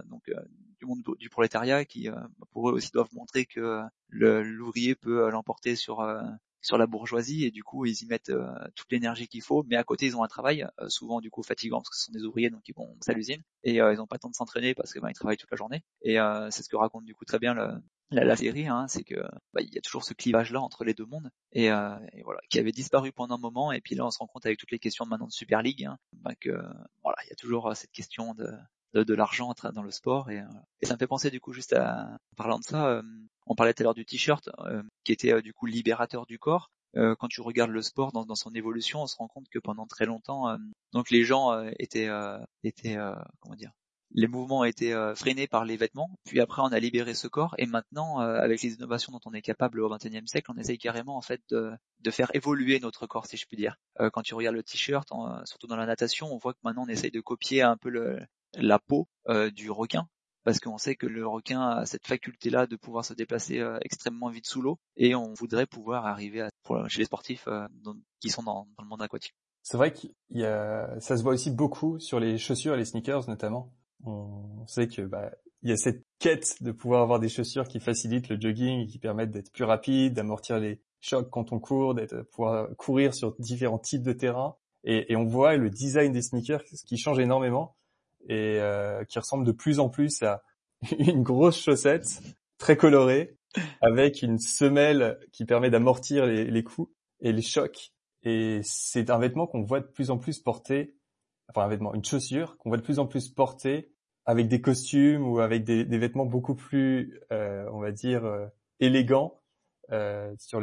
du monde du prolétariat, qui pour eux aussi doivent montrer que l'ouvrier peut l'emporter sur la bourgeoisie et du coup ils y mettent toute l'énergie qu'il faut, mais à côté ils ont un travail souvent du coup fatigant parce que ce sont des ouvriers donc ils vont à l'usine et ils n'ont pas le temps de s'entraîner parce que ils travaillent toute la journée et c'est ce que raconte du coup très bien la série, hein, c'est que il y a toujours ce clivage là entre les deux mondes et voilà, qui avait disparu pendant un moment et puis là on se rend compte avec toutes les questions de maintenant de Super League que voilà, il y a toujours cette question de l'argent dans le sport et ça me fait penser du coup juste en parlant de ça, on parlait tout à l'heure du t-shirt qui était du coup libérateur du corps. Quand tu regardes le sport dans son évolution, on se rend compte que pendant très longtemps, donc les gens étaient comment dire, les mouvements étaient freinés par les vêtements, puis après on a libéré ce corps et maintenant avec les innovations dont on est capable au XXIe siècle, on essaye carrément en fait de faire évoluer notre corps si je puis dire. Quand tu regardes le t-shirt, surtout dans la natation, on voit que maintenant on essaye de copier un peu la peau du requin parce qu'on sait que le requin a cette faculté-là de pouvoir se déplacer extrêmement vite sous l'eau et on voudrait pouvoir arriver chez les sportifs qui sont dans le monde aquatique. C'est vrai ça se voit aussi beaucoup sur les chaussures et les sneakers notamment. On sait que il y a cette quête de pouvoir avoir des chaussures qui facilitent le jogging et qui permettent d'être plus rapide, d'amortir les chocs quand on court, pouvoir courir sur différents types de terrains. Et on voit le design des sneakers qui change énormément et qui ressemble de plus en plus à une grosse chaussette très colorée avec une semelle qui permet d'amortir les coups et les chocs. Et c'est un vêtement qu'on voit de plus en plus porter, enfin une chaussure qu'on voit de plus en plus porter avec des costumes ou avec des vêtements beaucoup plus, on va dire, élégants sur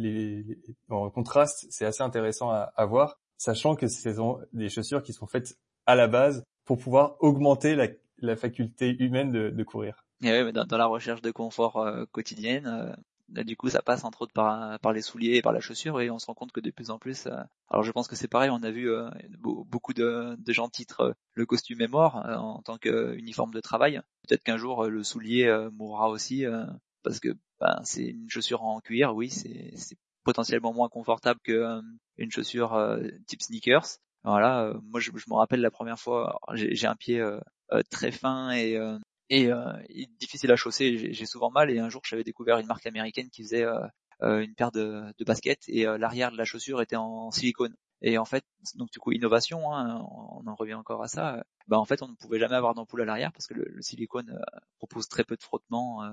en contraste. C'est assez intéressant à voir, sachant que ce sont des chaussures qui sont faites à la base pour pouvoir augmenter la faculté humaine de courir. Et oui, mais dans la recherche de confort quotidienne, du coup, ça passe entre autres par les souliers et par la chaussure, et on se rend compte que de plus en plus. Alors, je pense que c'est pareil. On a vu beaucoup de gens titrent le costume est mort en tant qu'uniforme de travail. Peut-être qu'un jour le soulier mourra aussi parce que c'est une chaussure en cuir. Oui, c'est potentiellement moins confortable que une chaussure type sneakers. Voilà. Moi, je me rappelle la première fois. J'ai un pied très fin et difficile à chausser, j'ai souvent mal et un jour j'avais découvert une marque américaine qui faisait une paire de baskets et l'arrière de la chaussure était en silicone. Et en fait, donc du coup innovation, hein, on en revient encore à ça. En fait, on ne pouvait jamais avoir d'ampoule à l'arrière parce que le silicone propose très peu de frottement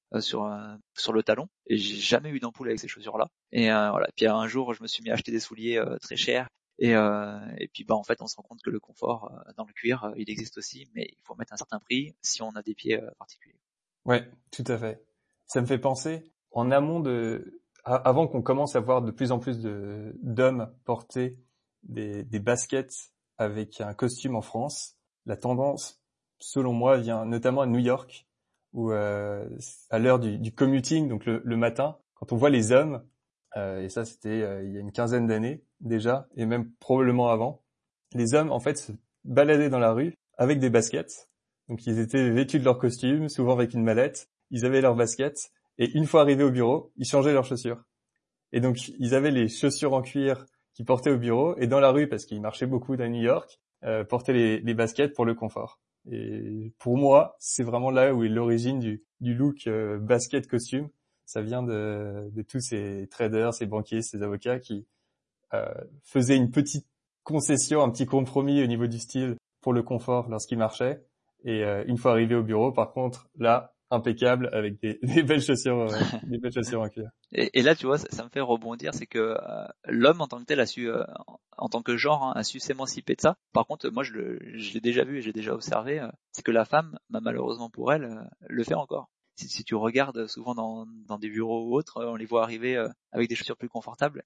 sur le talon et j'ai jamais eu d'ampoule avec ces chaussures-là. Et voilà. Puis un jour, je me suis mis à acheter des souliers très chers. Et puis en fait on se rend compte que le confort dans le cuir il existe aussi, mais il faut mettre un certain prix si on a des pieds particuliers. Ouais, tout à fait. Ça me fait penser en amont avant qu'on commence à voir de plus en plus d'hommes porter des baskets avec un costume en France. La tendance, selon moi, vient notamment à New York, où à l'heure du commuting, donc le matin, quand on voit les hommes, et ça c'était il y a une quinzaine d'années déjà, et même probablement avant, les hommes en fait se baladaient dans la rue avec des baskets. Donc ils étaient vêtus de leur costume, souvent avec une mallette, ils avaient leurs baskets, et une fois arrivés au bureau, ils changeaient leurs chaussures. Et donc ils avaient les chaussures en cuir qu'ils portaient au bureau, et dans la rue, parce qu'ils marchaient beaucoup à New York, portaient les baskets pour le confort. Et pour moi, c'est vraiment là où est l'origine du look basket costume. Ça vient de tous ces traders, ces banquiers, ces avocats qui faisaient une petite concession, un petit compromis au niveau du style pour le confort lorsqu'ils marchaient. Et une fois arrivé au bureau, par contre, là, impeccable avec des belles chaussures, des belles chaussures en cuir. Et là, tu vois, ça me fait rebondir, c'est que l'homme en tant que tel a su, en tant que genre, hein, a su s'émanciper de ça. Par contre, moi, je l'ai déjà vu et j'ai déjà observé, c'est que la femme, malheureusement pour elle, le fait encore. Si tu regardes souvent dans des bureaux ou autres, on les voit arriver avec des chaussures plus confortables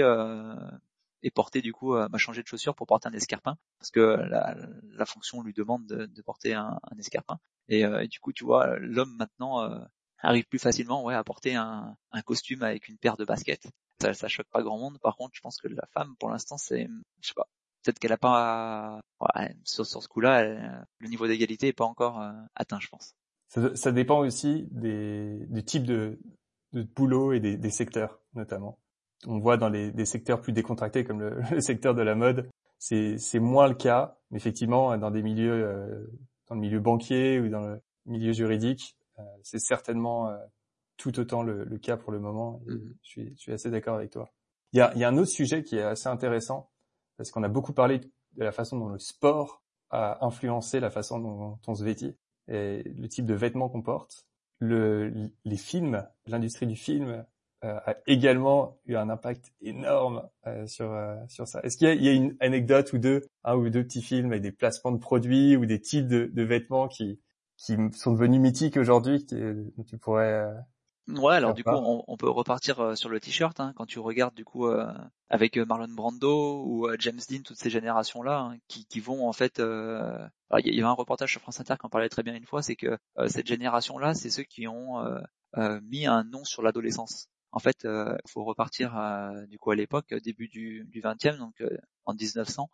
et porter du coup, changer de chaussures pour porter un escarpin parce que la fonction lui demande de porter un escarpin. Et du coup, tu vois, l'homme maintenant arrive plus facilement à porter un costume avec une paire de baskets. Ça choque pas grand monde. Par contre, je pense que la femme, pour l'instant, je sais pas, peut-être qu'elle a pas, sur ce coup-là, le niveau d'égalité est pas encore atteint, je pense. Ça dépend aussi du type de boulot et des secteurs, notamment. On voit dans des secteurs plus décontractés comme le secteur de la mode, c'est moins le cas. Mais effectivement, dans des milieux, dans le milieu banquier ou dans le milieu juridique, c'est certainement tout autant le cas pour le moment. Et Mhm. je suis assez d'accord avec toi. Il y a un autre sujet qui est assez intéressant, parce qu'on a beaucoup parlé de la façon dont le sport a influencé la façon dont on se vêtit et le type de vêtements qu'on porte. Les films, l'industrie du film a également eu un impact énorme sur ça. Est-ce qu'il y a une anecdote ou deux, un ou deux petits films avec des placements de produits ou des types de vêtements qui sont devenus mythiques aujourd'hui, dont tu pourrais Ouais, alors faire du coup, part? on peut repartir sur le t-shirt, hein, quand tu regardes du coup avec Marlon Brando ou James Dean, toutes ces générations-là, hein, qui vont en fait. Alors, il y avait un reportage sur France Inter qui en parlait très bien une fois, c'est que cette génération-là, c'est ceux qui ont mis un nom sur l'adolescence. En fait, il faut repartir du coup à l'époque, début du 20e, donc en 1900,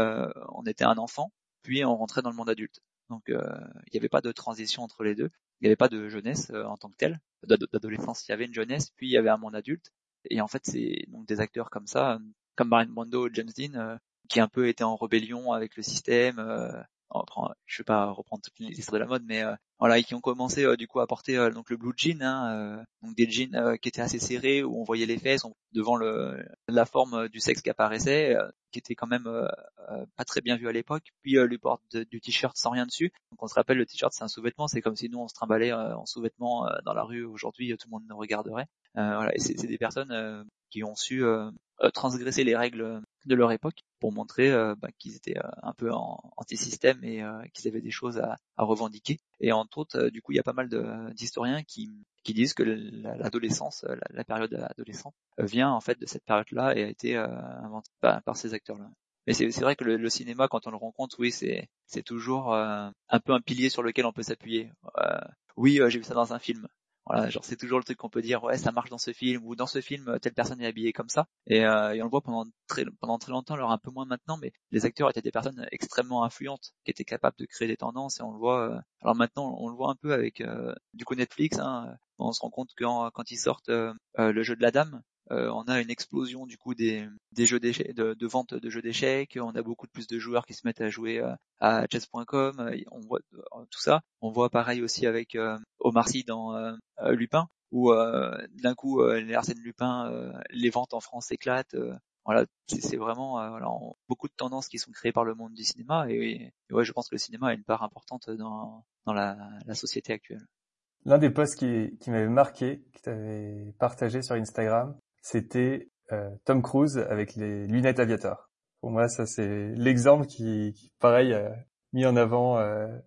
on était un enfant, puis on rentrait dans le monde adulte. Donc il n'y avait pas de transition entre les deux, il n'y avait pas de jeunesse en tant que telle, d'adolescence. Il y avait une jeunesse, puis il y avait un monde adulte. Et en fait, c'est donc des acteurs comme ça, comme Marlon Brando, James Dean, qui un peu étaient en rébellion avec le système. Je vais pas reprendre toute l'histoire de la mode, mais voilà, et qui ont commencé du coup à porter donc le blue jean, hein, donc des jeans qui étaient assez serrés où on voyait les fesses devant la forme du sexe qui apparaissait, qui était quand même pas très bien vu à l'époque. Puis le port du t-shirt sans rien dessus. Donc on se rappelle, le t-shirt c'est un sous-vêtement, c'est comme si nous on se trimballait en sous-vêtements dans la rue aujourd'hui, tout le monde nous regarderait. Voilà, et c'est des personnes qui ont su transgresser les règles de leur époque pour montrer qu'ils étaient un peu anti-système et qu'ils avaient des choses à revendiquer. Et entre autres, du coup, il y a pas mal d'historiens qui disent que l'adolescence, la période adolescente, vient en fait de cette période-là et a été inventée par ces acteurs-là. Mais c'est vrai que le cinéma, quand on le rencontre, oui, c'est toujours un peu un pilier sur lequel on peut s'appuyer. Oui, j'ai vu ça dans un film. Voilà, genre c'est toujours le truc qu'on peut dire, ouais, ça marche dans ce film, ou dans ce film, telle personne est habillée comme ça. Et on le voit pendant très longtemps, alors un peu moins maintenant, mais les acteurs étaient des personnes extrêmement influentes, qui étaient capables de créer des tendances, et on le voit, alors maintenant, on le voit un peu avec, du coup, Netflix, hein, on se rend compte que quand ils sortent le jeu de la dame, on a une explosion du coup des jeux d'échecs, de vente de jeux d'échecs, on a beaucoup de plus de joueurs qui se mettent à jouer à chess.com, on voit tout ça. On voit pareil aussi avec Omar Sy dans Lupin, où d'un coup les Arsène Lupin, les ventes en France éclatent. Voilà, c'est vraiment voilà, beaucoup de tendances qui sont créées par le monde du cinéma et ouais, je pense que le cinéma a une part importante dans la société actuelle. L'un des posts qui m'avait marqué, que tu avais partagé sur Instagram, c'était Tom Cruise avec les lunettes Aviator. Pour moi, ça c'est l'exemple qui pareil, a mis en avant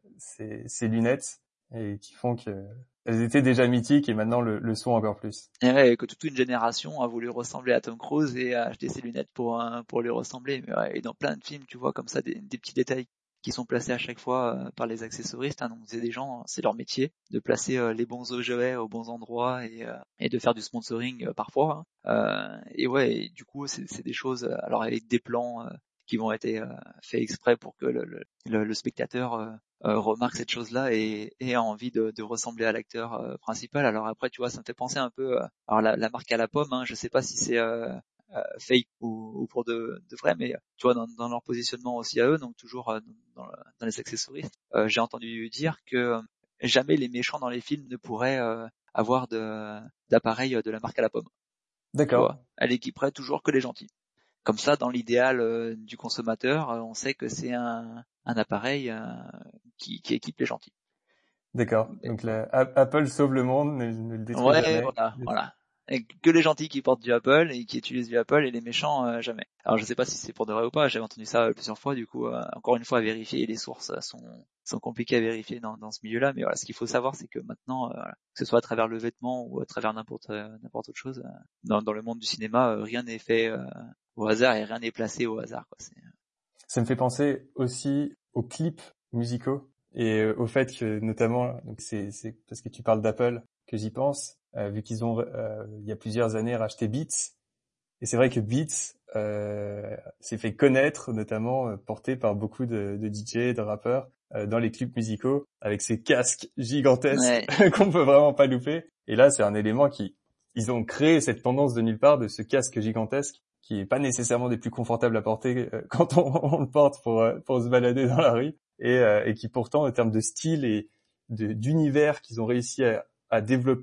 ces lunettes et qui font que elles étaient déjà mythiques et maintenant le sont encore plus. Et ouais, que toute une génération a voulu ressembler à Tom Cruise et a acheté ses lunettes pour lui ressembler. Mais ouais, et dans plein de films, tu vois comme ça des petits détails qui sont placés à chaque fois par les accessoristes. Hein. Donc c'est des gens, c'est leur métier de placer les bons objets aux bons endroits et de faire du sponsoring parfois. Hein. Et ouais, et du coup c'est des choses. Alors avec des plans qui vont être faits exprès pour que le spectateur remarque cette chose-là et a envie de ressembler à l'acteur principal. Alors après, tu vois, ça me fait penser un peu, alors la marque à la pomme, hein, je sais pas si c'est fake ou pour de vrai, mais tu vois, dans leur positionnement aussi à eux, donc toujours dans les accessoristes, j'ai entendu dire que jamais les méchants dans les films ne pourraient avoir d'appareil de la marque à la pomme. Tu D'accord, vois, elle équiperait toujours que les gentils. Comme ça, dans l'idéal du consommateur, on sait que c'est un appareil qui équipe les gentils. d'accord. Mais, Donc Apple sauve le monde, ne le détruit ouais, jamais. voilà. Et que les gentils qui portent du Apple et qui utilisent du Apple et les méchants jamais. Alors je sais pas si c'est pour de vrai ou pas, j'avais entendu ça plusieurs fois, du coup encore une fois à vérifier, les sources sont compliquées à vérifier dans ce milieu-là, mais voilà, ce qu'il faut savoir c'est que maintenant, voilà, que ce soit à travers le vêtement ou à travers n'importe autre chose, dans le monde du cinéma, rien n'est fait au hasard et rien n'est placé au hasard, quoi. Ça me fait penser aussi aux clips musicaux et au fait que notamment, donc c'est parce que tu parles d'Apple que j'y pense, vu qu'ils ont il y a plusieurs années racheté Beats. Et c'est vrai que Beats s'est fait connaître, notamment porté par beaucoup de DJ, de rappeurs dans les clips musicaux, avec ces casques gigantesques Ouais. qu'on peut vraiment pas louper. Et là, c'est un élément ils ont créé cette tendance de nulle part de ce casque gigantesque qui est pas nécessairement des plus confortables à porter quand on le porte pour se balader dans la rue et qui pourtant, en termes de style et d'univers qu'ils ont réussi à développer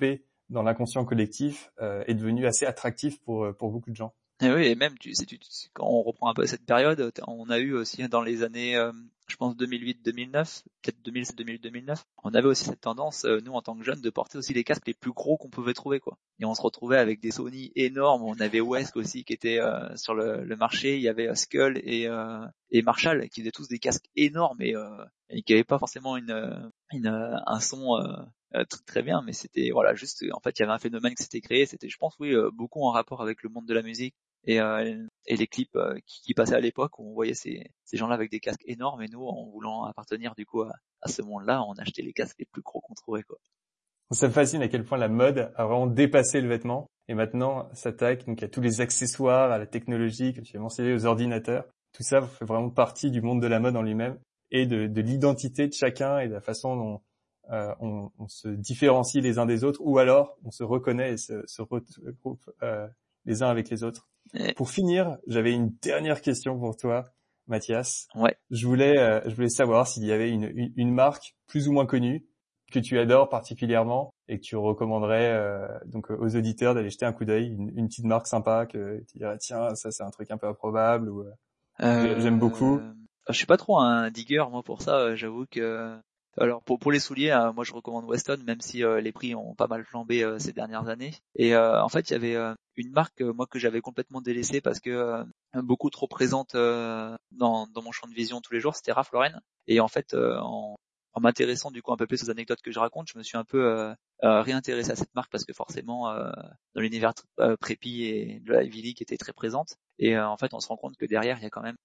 dans l'inconscient collectif est devenu assez attractif pour beaucoup de gens. Et oui, et même quand on reprend un peu cette période, on a eu aussi dans les années, je pense 2008-2009, peut-être 2007-2009, on avait aussi cette tendance, nous en tant que jeunes, de porter aussi les casques les plus gros qu'on pouvait trouver, quoi. Et on se retrouvait avec des Sony énormes. On avait Wesk aussi qui était sur le marché. Il y avait Skull et Marshall qui faisaient tous des casques énormes et qui n'avaient pas forcément un son très, très bien, mais c'était voilà juste en fait il y avait un phénomène qui s'était créé. C'était, je pense, oui, beaucoup en rapport avec le monde de la musique et les clips qui passaient à l'époque où on voyait ces gens-là avec des casques énormes, et nous, en voulant appartenir du coup à ce monde-là, on achetait les casques les plus gros qu'on trouvait, quoi. Ça me fascine à quel point la mode a vraiment dépassé le vêtement et maintenant s'attaque donc à tous les accessoires, à la technologie, comme tu as mentionné, aux ordinateurs. Tout ça fait vraiment partie du monde de la mode en lui-même et de l'identité de chacun et de la façon dont on se différencie les uns des autres, ou alors on se reconnaît et se regroupe les uns avec les autres. Pour finir, j'avais une dernière question pour toi, Mathias. Ouais. Je voulais savoir s'il y avait une marque plus ou moins connue que tu adores particulièrement et que tu recommanderais donc aux auditeurs d'aller jeter un coup d'œil, une petite marque sympa que tu dirais tiens, ça c'est un truc un peu improbable ou j'aime beaucoup. Je suis pas trop un digger moi pour ça, j'avoue que alors pour les souliers, moi je recommande Weston, même si les prix ont pas mal flambé ces dernières années. Et en fait, il y avait une marque moi que j'avais complètement délaissée parce que beaucoup trop présente dans mon champ de vision tous les jours, c'était Ralph Lauren. Et en fait, en m'intéressant du coup un peu plus aux anecdotes que je raconte, je me suis un peu réintéressé à cette marque parce que forcément dans l'univers préppy et de la Ivy League était très présente. Et en fait, on se rend compte que derrière, il y a quand même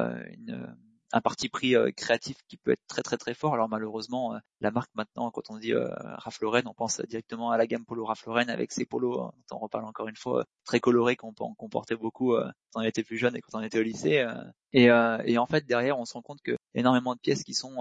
un parti pris créatif qui peut être très très très fort. Alors malheureusement, la marque maintenant, quand on dit Ralph Lauren, on pense directement à la gamme polo Ralph Lauren avec ses polos, dont on reparle encore une fois, très colorés qu'on portait beaucoup quand on était plus jeune et quand on était au lycée. Et en fait, derrière, on se rend compte que énormément de pièces qui sont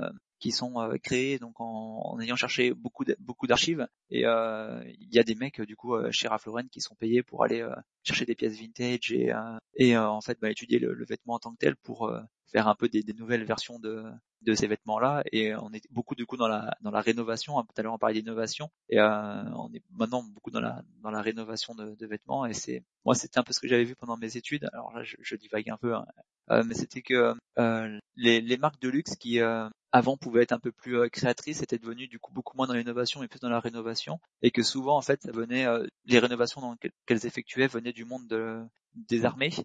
créées donc en ayant cherché beaucoup d'archives, et il y a des mecs du coup chez Ralph Lauren qui sont payés pour aller chercher des pièces vintage et en fait étudier le vêtement en tant que tel pour faire un peu des nouvelles versions de ces vêtements-là. Et on est beaucoup du coup dans la rénovation, tout à l'heure on parlait d'innovation, et on est maintenant beaucoup dans la rénovation de vêtements. Et c'était un peu ce que j'avais vu pendant mes études. Alors là je divague un peu, mais c'était que les marques de luxe qui avant pouvaient être un peu plus créatrices étaient devenues du coup beaucoup moins dans l'innovation et plus dans la rénovation, et que souvent en fait ça venait les rénovations qu'elles effectuaient venaient du monde des armées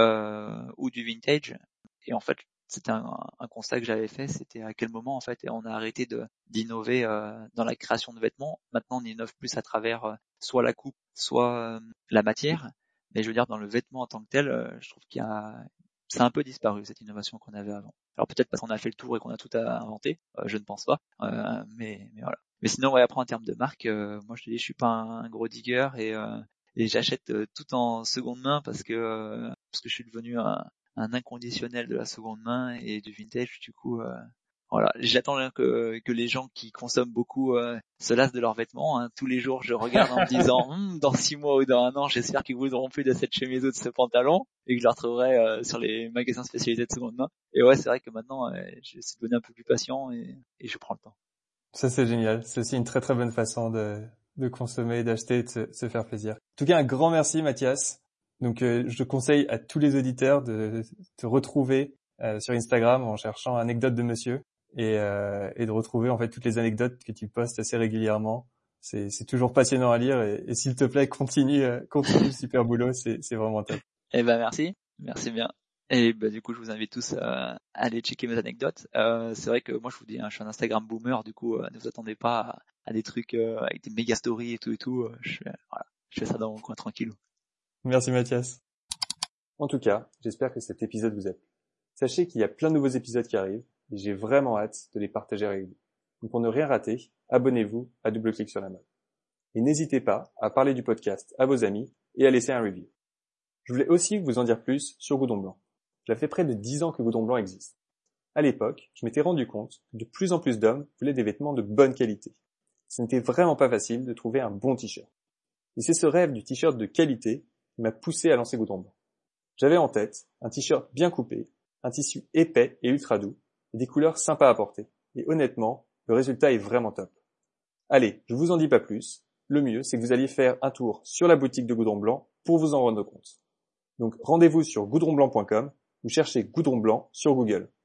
ou du vintage. Et en fait c'était un constat que j'avais fait, c'était à quel moment en fait on a arrêté d'innover dans la création de vêtements. Maintenant on innove plus à travers soit la coupe, soit la matière, mais je veux dire dans le vêtement en tant que tel, je trouve ça a un peu disparu, cette innovation qu'on avait avant. Alors peut-être parce qu'on a fait le tour et qu'on a tout à inventer, je ne pense pas, mais voilà. Mais sinon, ouais, après en termes de marque, moi je te dis, je suis pas un gros digger, et j'achète tout en seconde main parce que je suis devenu un inconditionnel de la seconde main et du vintage. Du coup, voilà, j'attends que les gens qui consomment beaucoup se lassent de leurs vêtements. Hein. Tous les jours, je regarde en me disant, dans 6 mois ou dans 1 an, j'espère qu'ils voudront plus de cette chemise ou de ce pantalon, et que je la retrouverai sur les magasins spécialisés de seconde main. Et ouais, c'est vrai que maintenant, je suis devenu un peu plus patient et je prends le temps. Ça c'est génial, c'est aussi une très très bonne façon de consommer, d'acheter et de se faire plaisir. En tout cas, un grand merci Mathias. Donc je conseille à tous les auditeurs de te retrouver sur Instagram en cherchant anecdote de monsieur et de retrouver en fait toutes les anecdotes que tu postes assez régulièrement. C'est toujours passionnant à lire et s'il te plaît continue le super boulot, c'est vraiment top. Eh ben merci bien. Et bah du coup je vous invite tous à aller checker mes anecdotes. C'est vrai que moi je vous dis, hein, je suis un Instagram boomer, du coup ne vous attendez pas à des trucs avec des méga stories et tout. Je fais ça dans mon coin tranquillou. Merci Mathias. En tout cas, j'espère que cet épisode vous a plu. Sachez qu'il y a plein de nouveaux épisodes qui arrivent et j'ai vraiment hâte de les partager avec vous. Donc pour ne rien rater, abonnez-vous à Double Clic sur la mode. Et n'hésitez pas à parler du podcast à vos amis et à laisser un review. Je voulais aussi vous en dire plus sur Goudon Blanc. Cela fait près de 10 ans que Goudon Blanc existe. À l'époque, je m'étais rendu compte que de plus en plus d'hommes voulaient des vêtements de bonne qualité. Ce n'était vraiment pas facile de trouver un bon t-shirt. Et c'est ce rêve du t-shirt de qualité qui m'a poussé à lancer Goudon Blanc. J'avais en tête un t-shirt bien coupé, un tissu épais et ultra doux, et des couleurs sympas à porter. Et honnêtement, le résultat est vraiment top. Allez, je vous en dis pas plus. le mieux, c'est que vous alliez faire un tour sur la boutique de Goudron Blanc pour vous en rendre compte. Donc rendez-vous sur goudronblanc.com ou cherchez Goudron Blanc sur Google.